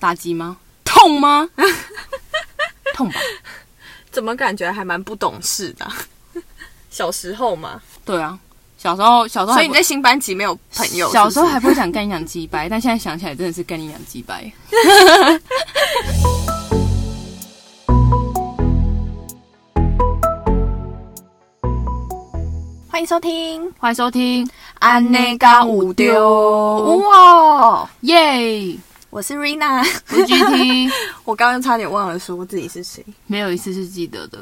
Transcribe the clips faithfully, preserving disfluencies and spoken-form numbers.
打击吗？痛吗？痛吧？ 怎么感觉还蛮不懂事的、啊？小时候嘛， 对啊，小时候小时候， 所以你在新班级没有朋友是不是？ 小时候还不会想干你娘鸡掰，但现在想起来真的是干你娘鸡掰。 欢迎收听， 欢迎收听安内嘎五丢哇耶！ 我是 Rina， 我是 G T。 我刚刚差点忘了说自己是谁， 没有一次是记得的，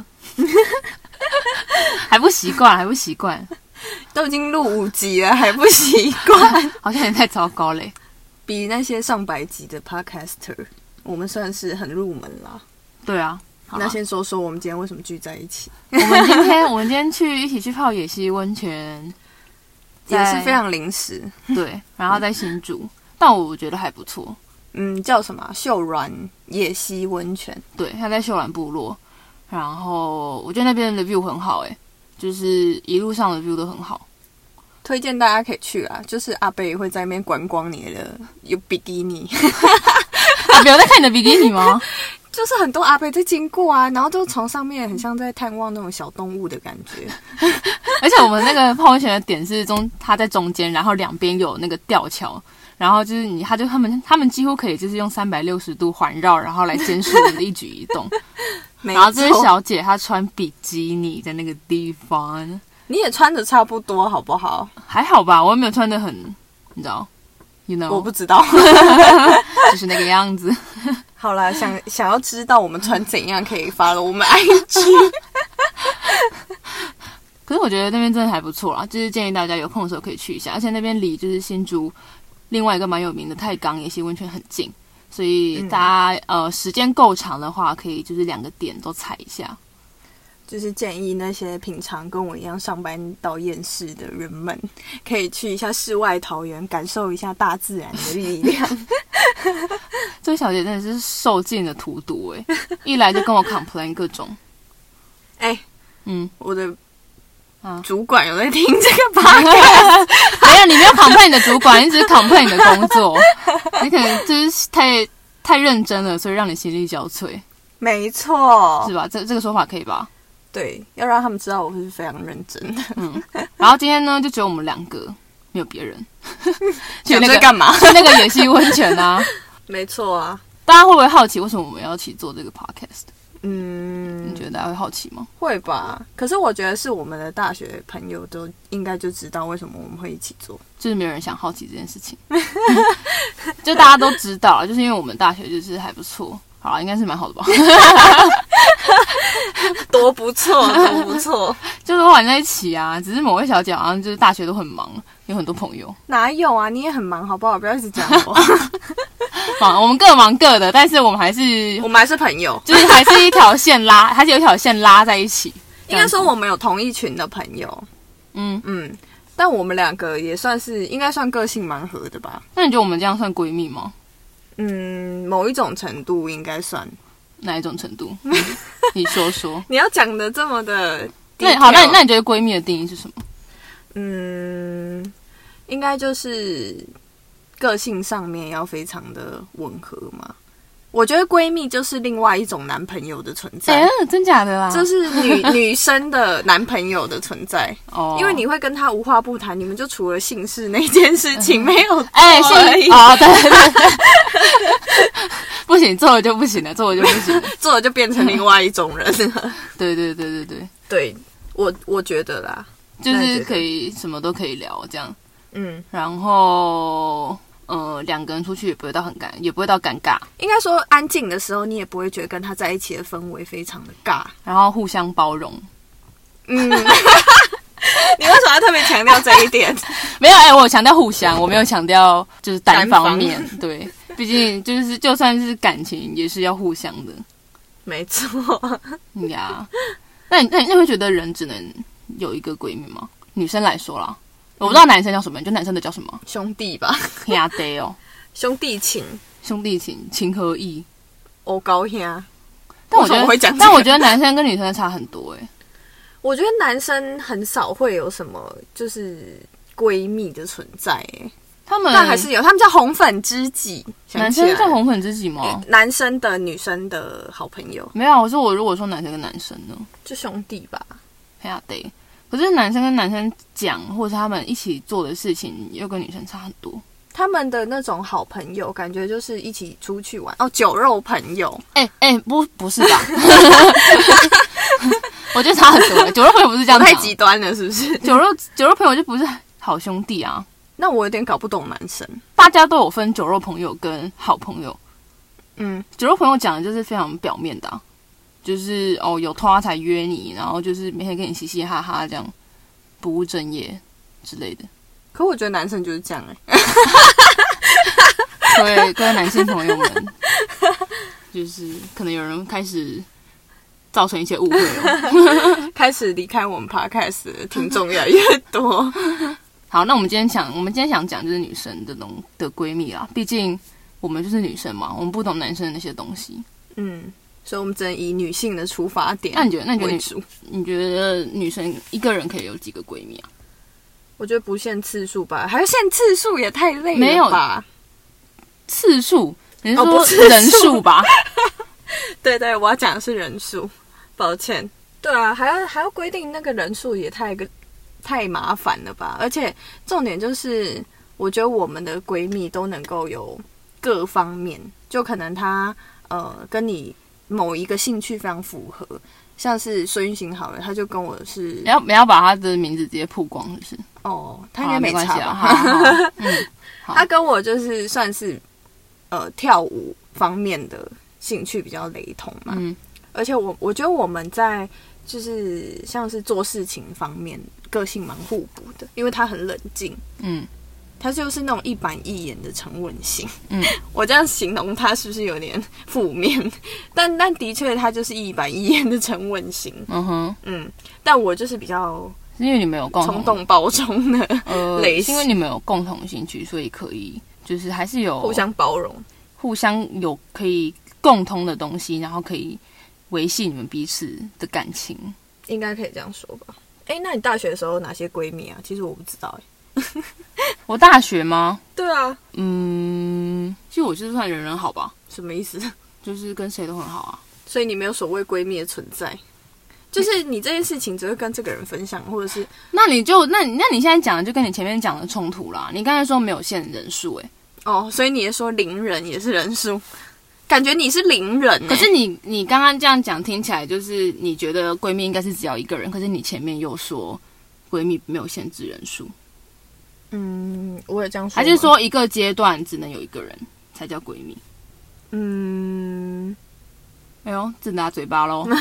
还不习惯，还不习惯。 都已经录五集了，还不习惯， 好像也太糟糕嘞。 比那些上百集的 podcaster， 我们算是很入门啦。 对啊。 那先说说我们今天为什么聚在一起。 我们今天我们今天去一起去泡野溪温泉， 也是非常临时。 对，然后在新竹，但我觉得还不错。 嗯，叫什么？秀峦野溪温泉。 对，它在秀峦部落。然后我觉得那边的 view 很好、欸，哎，就是一路上的 view 都很好， 推荐大家可以去啊。就是阿贝会在那边观光你的有比基尼。 阿贝有在看你的比基尼吗？ 就是很多阿伯在经过啊，然后就从上面很像在探望那种小动物的感觉。 而且我们那个泡温泉的点是中，它在中间，然后两边有那个吊桥，然后就是你，他就他们他们几乎可以就是用三百六十度环绕，然后来监视你的一举一动。然后这位小姐她穿比基尼在那个地方， 你也穿的差不多好不好？ 还好吧，我也没有穿的很，你知道 ，you know， 我不知道， 就是那个样子。 好啦，想想要知道我们穿怎样，可以follow我们 I G。 可是我觉得那边真的还不错啦，就是建议大家有空的时候可以去一下，而且那边离就是新竹另外一个蛮有名的太港野溪温泉很近，所以大家、嗯、呃时间够长的话，可以就是两个点都踩一下。 就是建议那些平常跟我一样上班到厌世的人们，可以去一下世外桃源，感受一下大自然的力量。 这位小姐真的是受尽了荼毒哎、欸，一来就跟我 complain 各种。 哎、欸，嗯，我的主管有在听这个 podcast， 没有，你没有 complain 你的主管，你只是 complain 你的工作，你可能就是太太认真了，所以让你心力交瘁。 没错， 是吧？这这个说法可以吧？ 对，要让他们知道我是非常认真的。 嗯，然后今天呢，就只有我们两个，没有别人。 去那个干嘛？ 去那个野溪温泉啊。 没错啊。 大家会不会好奇为什么我们要一起做这个 podcast？ 嗯， 你觉得大家会好奇吗？ 会吧。可是我觉得是我们的大学朋友都应该就知道为什么我们会一起做， 就是没有人想好奇这件事情。就大家都知道，就是因为我们大学就是还不错。好啦，应该是蛮好的吧。 多不错，多不错， 就是玩在一起啊。只是某位小姐好像就是大学都很忙，有很多朋友。 哪有啊？你也很忙，好不好？不要一直讲我。 忙，我们各忙各的，但是我们还是我们还是朋友， 就是还是一条线拉，还是有一条线拉在一起。 应该说我们有同一群的朋友， 嗯嗯，但我们两个也算是应该算个性蛮合的吧？ 那你觉得我们这样算闺蜜吗？ 嗯，某一种程度应该算。 哪一种程度？嗯、你说说。 你要讲的这么的， 那好，那那你觉得闺蜜的定义是什么？ 嗯，应该就是个性上面要非常的吻合嘛。我觉得闺蜜就是另外一种男朋友的存在， 哎、欸，真假的啦， 就是女女生的男朋友的存在哦， 因为你会跟他无话不谈，你们就除了姓氏那件事情没有哎， 姓哦，对对对，不行，做了就不行了，做了就不行了， 做了就变成另外一种人了。 对对对对对， 对我我觉得啦， 就是可以什么都可以聊这样， 嗯， 然后。呃，两个人出去也不会到很尴，也不会到尴尬。 应该说，安静的时候，你也不会觉得跟他在一起的氛围非常的尬， 然后互相包容。 嗯，你为什么要特别强调这一点？ 没有，哎、欸，我强调互相，我没有强调就是单方面。对，毕竟就是就算是感情，也是要互相的。 没错。 呀，那你那你那会觉得人只能有一个闺蜜吗？女生来说啦。我不知道男生叫什么，你觉得男生的叫什么？ 兄弟吧， 兄弟哦， 兄弟情， 兄弟情，情和义， 欧高兄。 但我觉得会讲、这个， 但我觉得男生跟女生的差很多哎、欸。 我觉得男生很少会有什么就是闺蜜的存在哎、欸。 他们但还是有，他们叫红粉知己。 男生叫红粉知己吗？ 男生的女生的好朋友没有。我说我如果说男生跟男生呢， 就兄弟吧。 哎呀对，可是男生跟男生讲，或者他们一起做的事情，又跟女生差很多。 他们的那种好朋友，感觉就是一起出去玩哦，酒肉朋友。 哎、欸、哎、欸，不不是吧？我觉得差很多。酒肉朋友不是这样， 太极端了，是不是？ 酒肉酒肉朋友就不是好兄弟啊。 那我有点搞不懂男生， 大家都有分酒肉朋友跟好朋友。 嗯， 酒肉朋友讲的就是非常表面的、啊，就是哦有拖才约你，然后就是每天跟你嘻嘻哈哈这样，不务正业之类的。 可我觉得男生就是这样哎、 欸，对，各位男性朋友们，就是可能有人开始造成一些误会了， 开始离开我们 podcast 的听众越来越多。 好，那我们今天讲，我们今天想讲就是女生的东的闺蜜啦，毕竟我们就是女生嘛，我们不懂男生的那些东西。 嗯，所以我们只能以女性的出发点。 那你觉得？那你觉得女？你觉得女生一个人可以有几个闺蜜啊？ 我觉得不限次数吧，还要限次数也太累了吧？ 次数？你是哦、 说人数吧？ 对对，我要讲的是人数，抱歉。对啊，还要还要规定那个人数也太个太麻烦了吧？而且重点就是，我觉得我们的闺蜜都能够有各方面，就可能她呃跟你某一个兴趣非常符合，像是孙玉行好了，他就跟我是， 你要你要把他的名字直接曝光，是不是？ 哦，他应该没差吧？ 好啊、没关系啊。好好嗯， 他跟我就是算是呃跳舞方面的兴趣比较雷同嘛，嗯，而且我我觉得我们在就是像是做事情方面个性蛮互补的，因为他很冷静，嗯，他就是那种一板一眼的沉稳型，嗯，我这样形容他是不是有点负面？但但的确他就是一板一眼的沉稳型，嗯哼，嗯，但我就是比较。 是因为你们有共同冲动暴冲的呃， 类型， 是因为你们有共同兴趣，所以可以就是还是有互相包容， 互相有可以共通的东西，然后可以维系你们彼此的感情， 应该可以这样说吧？哎、欸，那你大学的时候有哪些闺蜜啊？其实我不知道哎、 欸。我大学吗？ 对啊， 嗯，其实我就是算人人好吧？ 什么意思？ 就是跟谁都很好啊。 所以你没有所谓闺蜜的存在。就是你这件事情只会跟这个人分享，或者是那你就那那你现在讲的就跟你前面讲的冲突啦。你刚才说没有限人数，哎， 哦，所以你也说零人也是人数，感觉你是零人、欸。 可是你你刚刚这样讲听起来就是你觉得闺蜜应该是只要一个人，可是你前面又说闺蜜没有限制人数。 嗯，我也这样说。 还是说一个阶段只能有一个人才叫闺蜜？ 嗯。 哎呦，自打嘴巴咯。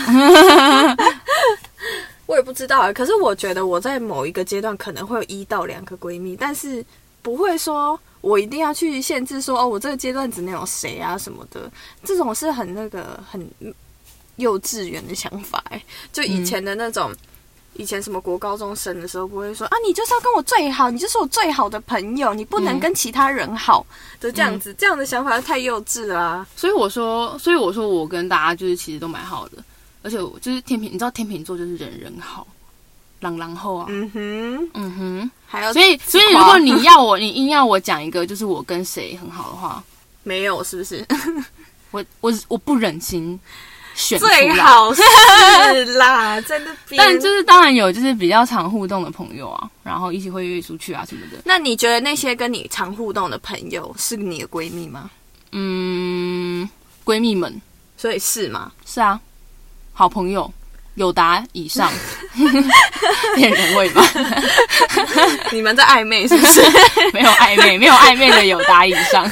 我也不知道，可是我觉得我在某一个阶段可能会有一到两个闺蜜，但是不会说我一定要去限制说哦，我这个阶段只能有谁啊什么的，这种是很那个很幼稚园的想法哎，就以前的那种。嗯以前什么国高中生的时候不会说啊，你就是要跟我最好，你就是我最好的朋友，你不能跟其他人好的这样子，嗯、这样的想法太幼稚啦、啊。 所以我说，所以我说我跟大家就是其实都蛮好的，而且我就是天秤，你知道天秤座就是人人好，朗朗后啊，嗯哼，嗯哼，还要所以所以如果你要我，你硬要我讲一个就是我跟谁很好的话， 没有是不是？ 我我我不忍心。 最好是啦，在那边。 但就是当然有，就是比较常互动的朋友啊，然后一起会约出去啊什么的。 那你觉得那些跟你常互动的朋友是你的闺蜜吗？ 嗯，闺蜜们， 所以是吗？ 是啊，好朋友有达以上，骗人味吧？ 你们在暧昧是不是？ 没有暧昧，没有暧昧的有达以上。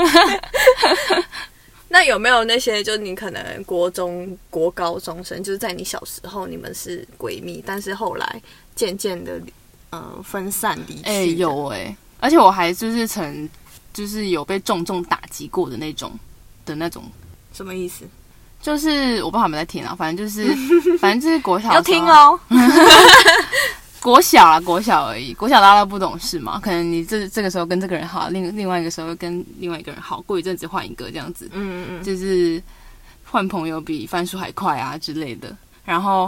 那有没有那些，就你可能国中、国高中生，就是在你小时候你们是闺蜜，但是后来渐渐的呃分散离去？哎、 欸，有哎、欸，而且我还就是曾就是有被重重打击过的那种的那种， 什么意思？ 就是我不知道有没有在听啊，反正就是反正就是国小的要听哦。 国小啦，国小而已。国小大家都不懂事嘛，可能你这这个时候跟这个人好，另另外一个时候跟另外一个人好，过一阵子换一个这样子，嗯嗯，就是换朋友比翻书还快啊之类的。然后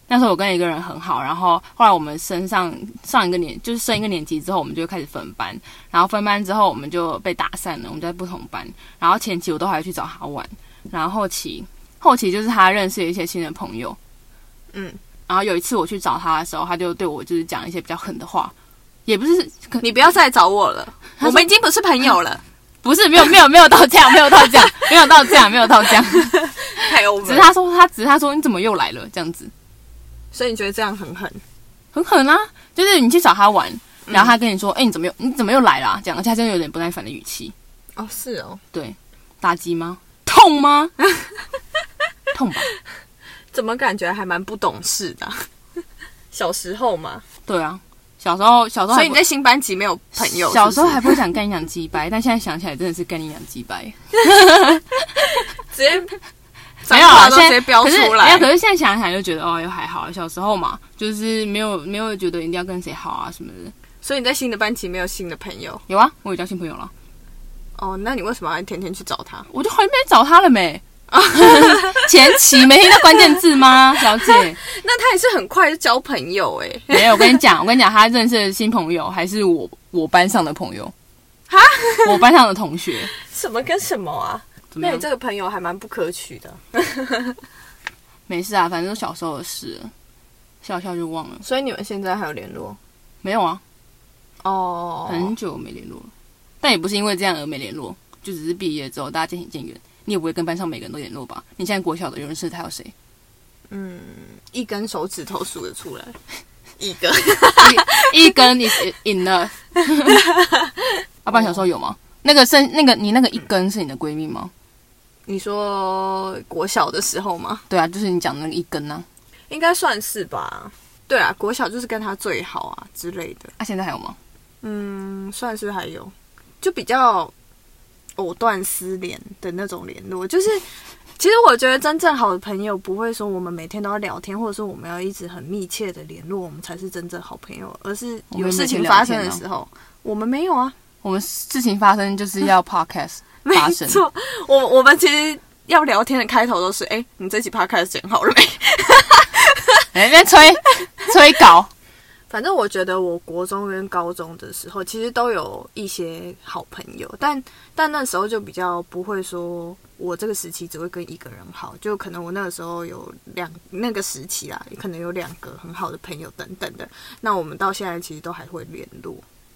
那时候我跟一个人很好，然后后来我们升上上一个年，就是升一个年级之后，我们就开始分班，然后分班之后我们就被打散了，我们在不同班。然后前期我都还去找他玩，然后后期后期就是他认识了一些新的朋友，嗯，然后有一次我去找他的时候，他就对我就是讲一些比较狠的话，也不是你不要再找我了，我们已经不是朋友了。 不是，没有没有没有到这样，没有到这样，没有到这样，没有到这样， 太 over。 只是他说他只是他说你怎么又来了这样子。 所以你觉得这样很狠？ 很狠啊！就是你去找他玩，然后他跟你说：“哎、嗯欸，你怎么又你怎么又来啦、啊？”这样，而且他真的有点不耐烦的语气。 哦，是哦， 对，打击吗？痛吗？痛吧？ 怎么感觉还蛮不懂事的、啊？小时候嘛， 对啊，小时候小时候， 所以你在新班级没有朋友是不是？ 小时候还不会想干你养鸡掰，但现在想起来真的是干你养鸡掰， 直接。 没有啊， 直接标出来。 没有，可是现在想想就觉得哦，又还好。小时候嘛，就是没有没有觉得一定要跟谁好啊什么的。 所以你在新的班级没有新的朋友？ 有啊，我有交新朋友了。 哦，那你为什么要天天去找他？ 我就还没找他了没？前期没听到关键字吗，小姐？ 那他也是很快就交朋友哎、欸。 没有，我跟你讲，我跟你讲，他认识的新朋友还是我我班上的朋友。 哈， 我班上的同学。 什么跟什么啊？那你这个朋友还蛮不可取的。 没事啊，反正都小时候的事了，笑笑就忘了。 所以你们现在还有联络？ 没有啊。 哦， 很久没联络了。但也不是因为这样而没联络，就只是毕业之后大家渐行渐远。你也不会跟班上每个人都联络吧？你现在国小的有认识他有谁？ 嗯，一根手指头数得出来，一个一, 一根 is enough。阿爸小时候有吗？那个是那个你那个一根是你的闺蜜吗？ 你说国小的时候吗？ 对啊，就是你讲的那个一根啊， 应该算是吧。对啊，国小就是跟他最好啊之类的。 啊，现在还有吗？ 嗯，算是还有，就比较藕断丝连的那种联络。就是其实我觉得真正好的朋友不会说我们每天都要聊天，或者说我们要一直很密切的联络，我们才是真正好朋友，而是有事情发生的时候，我们没有啊。我们事情发生就是要 podcast 发生。 没错，我我们其实要聊天的开头都是：哎、欸，你这期 podcast 剪好了没？ 哎，别吹吹稿。 反正我觉得我国中跟高中的时候，其实都有一些好朋友，但但那时候就比较不会说，我这个时期只会跟一个人好，就可能我那个时候有两那个时期啦，可能有两个很好的朋友等等的。那我们到现在其实都还会联络。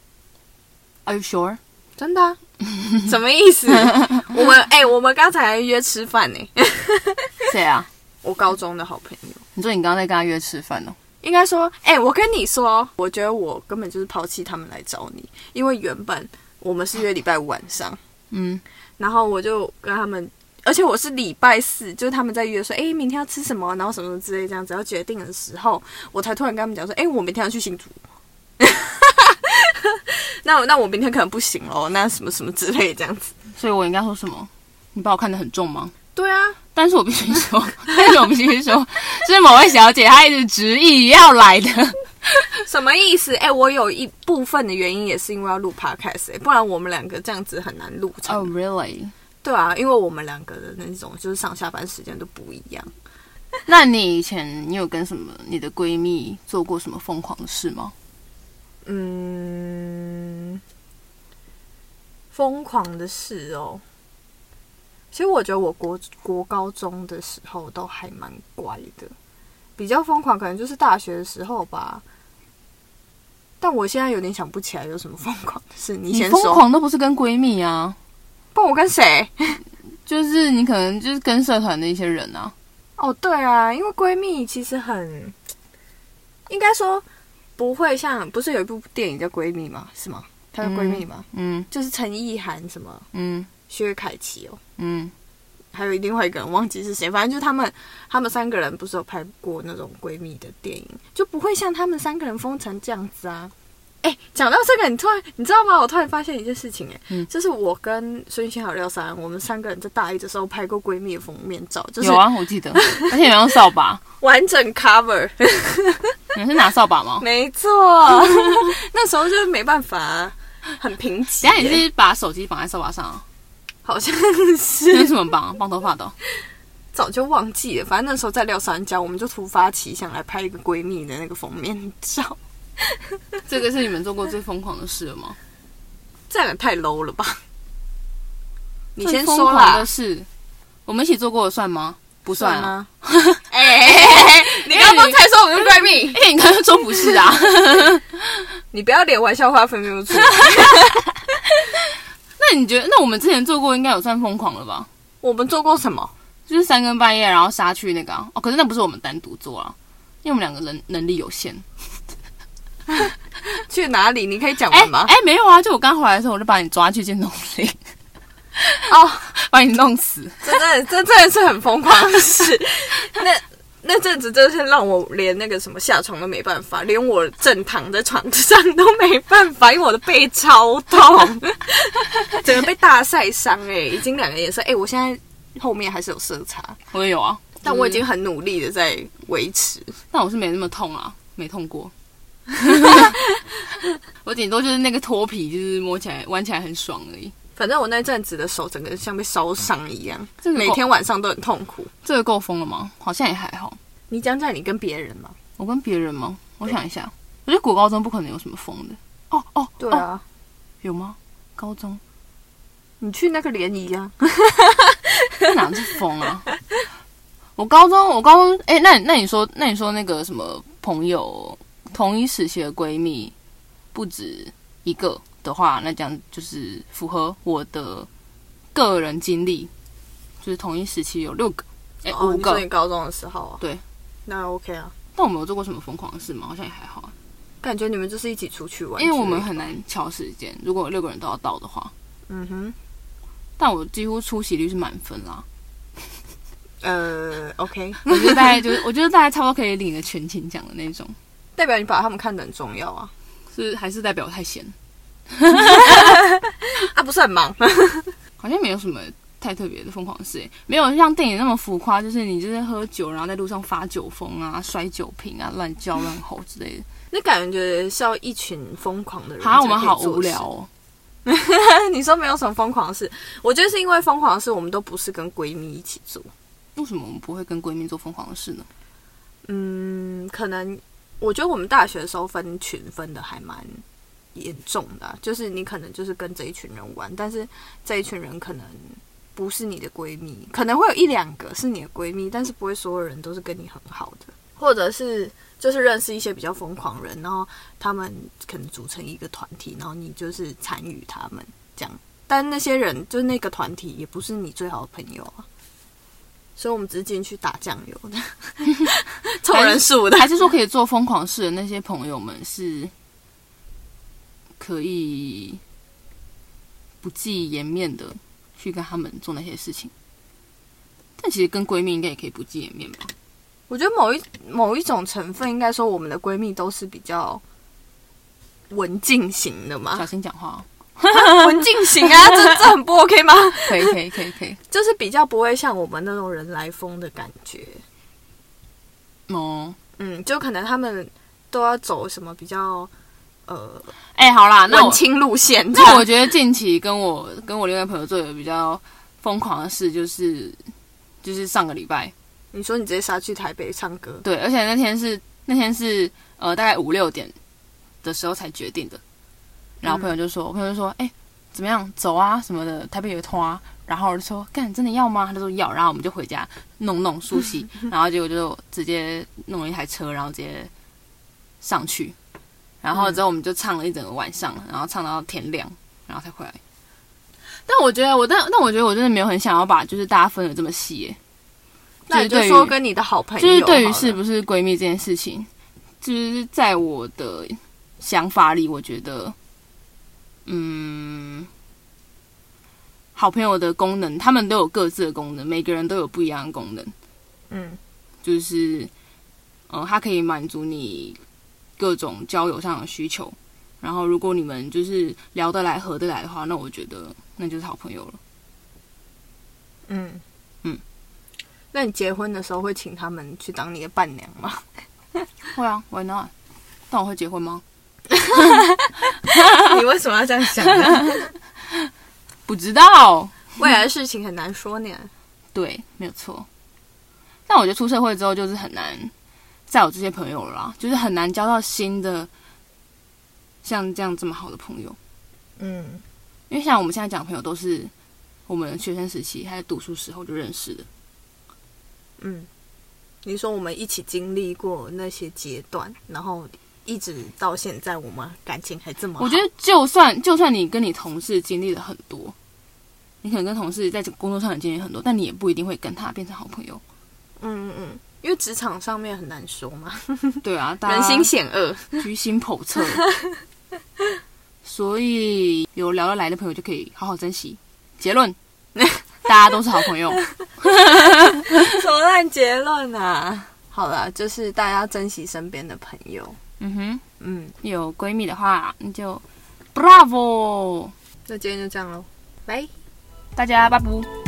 Are you sure？ 真的、啊？什么意思？我们哎、欸，我们刚才还约吃饭呢、欸。 谁啊？ 我高中的好朋友。 你说你刚刚在跟他约吃饭哦？ 应该说，哎、欸，我跟你说，我觉得我根本就是抛弃他们来找你，因为原本我们是约礼拜五晚上，嗯，然后我就跟他们，而且我是礼拜四，就是他们在约说，哎、欸，明天要吃什么，然后什么什么之类这样子要决定的时候，我才突然跟他们讲说，哎、欸，我明天要去新竹。那那我明天可能不行咯，那什么什么之类这样子。 所以我应该说什么？你把我看得很重吗？ 对啊， 但是我必须说，但是我必须说，就是某位小姐她一直执意要来的。 什么意思？哎、欸，我有一部分的原因也是因为要录 podcast，、欸、不然我们两个这样子很难录成。 Oh really？ 对啊，因为我们两个的那种就是上下班时间都不一样。 那你以前你有跟什么你的闺蜜做过什么疯狂的事吗？ 嗯，疯狂的事哦。其实我觉得我国国高中的时候都还蛮乖的，比较疯狂可能就是大学的时候吧。但我现在有点想不起来有什么疯狂的事。你先说。 你疯狂都不是跟闺蜜啊？ 不然我跟谁？ 就是你可能就是跟社团的一些人啊。 哦，对啊，因为闺蜜其实很，应该说不会像，不是有一部电影叫《闺蜜》吗？是吗？她叫闺蜜吗？嗯，就是陈意涵什么，嗯，薛凯琪哦，嗯，还有另外一个人忘记是谁，反正就是他们，他们三个人不是有拍过那种闺蜜的电影，就不会像他们三个人疯成这样子啊。哎，讲到这个，你突然你知道吗？我突然发现一件事情、欸，哎、嗯，就是我跟孙欣还有廖珊，我们三个人在大一的时候拍过闺蜜的封面照，就是有啊，我记得，而且有用扫把， 完整 cover。 你是拿扫把吗？ 没错，那时候就是没办法，很贫瘠、欸。 等一下你是把手机绑在扫把上、啊？ 好像是。 那是什么绑？绑头发的、哦？ 早就忘记了。反正那时候在廖三家，我们就突发奇想来拍一个闺蜜的那个封面照。 这个是你们做过最疯狂的事了吗？ 这样也太 low 了吧？你先说啦。最疯狂的事，我们一起做过的算吗？不算啊。 哎、欸，你刚刚才说我们是闺蜜， 哎、欸，你刚刚说不是啊？ 你不要连玩笑话分辨不出来。 那你觉得，那我们之前做过应该有算疯狂了吧？ 我们做过什么？ 就是三更半夜然后杀去那个、啊、哦，可是那不是我们单独做啊，因为我们两个人能力有限。 去哪里？你可以讲完吗？ 哎、欸欸，没有啊，就我刚回来的时候，我就把你抓去见钟林，哦，把你弄死。 这真的，这真的是很疯狂的事。那那阵子真的是让我连那个什么下床都没办法，连我正躺在床上都没办法，因为我的背超痛，整个被大晒伤哎，已经两个颜色哎、欸，我现在后面还是有色差， 我也有啊， 但我已经很努力的在维持。 但我是没那么痛啊，没痛过。我顶多就是那个脱皮，就是摸起来玩起来很爽而已。 反正我那阵子的手整个像被烧伤一样， 这个每天晚上都很痛苦。 这个够疯了吗？好像也还好。 你讲讲你跟别人吗？ 我跟别人吗？我想一下，我觉得国高中不可能有什么疯的。哦哦， 对啊、 哦，有吗？高中你去那个联谊啊？ 哪是疯啊？我高中，我高中，哎、欸，那那你说，那你说那个什么朋友？同一时期的闺蜜不止一个的话，那这样就是符合我的个人经历，就是同一时期有六个，哎、欸， 哦、 五个。 你说你高中的时候啊？ 对， 那 OK 啊。 但我们有做过什么疯狂的事吗？好像也还好啊。 感觉你们就是一起出去玩， 因为我们很难敲时间，如果六个人都要到的话。 嗯哼。 但我几乎出席率是满分啦。 呃 ，OK， 我觉得大概就是，我觉得大概差不多可以领了全勤奖的那种。 代表你把他们看得很重要啊， 是还是代表我太闲？ 啊，不是很忙， 好像没有什么太特别的疯狂的事，没有像电影那么浮夸，就是你就是喝酒，然后在路上发酒疯啊、摔酒瓶啊、乱叫乱吼之类的。 那感觉是要一群疯狂的人。 好，我们好无聊哦。 你说没有什么疯狂的事，我觉得是因为疯狂的事我们都不是跟闺蜜一起做。 为什么我们不会跟闺蜜做疯狂的事呢？ 嗯，可能。我觉得我们大学的时候分群分的还蛮严重的、啊，就是你可能就是跟这一群人玩，但是这一群人可能不是你的闺蜜，可能会有一两个是你的闺蜜，但是不会所有人都是跟你很好的，或者是就是认识一些比较疯狂人，然后他们可能组成一个团体，然后你就是参与他们这样，但那些人就是那个团体也不是你最好的朋友啊。所以我们只是进去打酱油的，凑人数的， 还是说可以做疯狂事的那些朋友们是可以不计颜面的去跟他们做那些事情？但其实跟闺蜜应该也可以不计颜面吧？ 我觉得某一某一种成分，应该说我们的闺蜜都是比较文静型的嘛。 小心讲话哦。 文静型啊，这这很不 OK 吗？ 可以可以可以可以， 就是比较不会像我们那种人来疯的感觉。 哦， 嗯，就可能他们都要走什么比较呃， 哎、欸，好啦，那文青路线。 那我觉得近期跟我跟我另外一个朋友做的比较疯狂的事，就是就是上个礼拜， 你说你直接杀去台北唱歌， 对，而且那天是那天是呃大概五六点的时候才决定的。然后朋友就说，我朋友就说，哎、欸，怎么样，走啊什么的，台北有一通啊。然后我就说，干，真的要吗？他就说要。然后我们就回家弄弄梳洗，然后结果就直接弄了一台车，然后直接上去。然后之后我们就唱了一整个晚上，然后唱到天亮，然后才回来。但我觉得我但但我觉得我真的没有很想要把就是大家分得这么细耶。 那你就说跟你的好朋友， 就是对于是不是闺蜜这件事情，就是在我的想法里，我觉得。嗯，好朋友的功能，他们都有各自的功能，每个人都有不一样的功能。 嗯， 就是，呃，它可以满足你各种交友上的需求。然后，如果你们就是聊得来、合得来的话，那我觉得那就是好朋友了。 嗯嗯， 那你结婚的时候会请他们去当你的伴娘吗？ 会啊 ，Why not？ 但我会结婚吗？ 你为什么要这样想呢？ 不知道， 未来的事情很难说呢。 对，没有错。 但我觉得出社会之后就是很难再有这些朋友了啦，就是很难交到新的像这样这么好的朋友。 嗯， 因为像我们现在讲的朋友都是我们学生时期还是读书时候就认识的。 嗯，你说我们一起经历过那些阶段，然后一直到现在我们感情还这么好。 我觉得就算就算你跟你同事经历了很多，你可能跟同事在工作上也经历很多，但你也不一定会跟他变成好朋友。 嗯嗯嗯，因为职场上面很难说嘛。 对啊， 人心险恶， 居心叵测。所以有聊得来的朋友就可以好好珍惜。结论，大家都是好朋友。 什么烂结论啊？好了，就是大家珍惜身边的朋友。 嗯哼， 嗯， 有闺蜜的话，你就 Bravo。 那今天就这样咯，拜， 大家拜拜。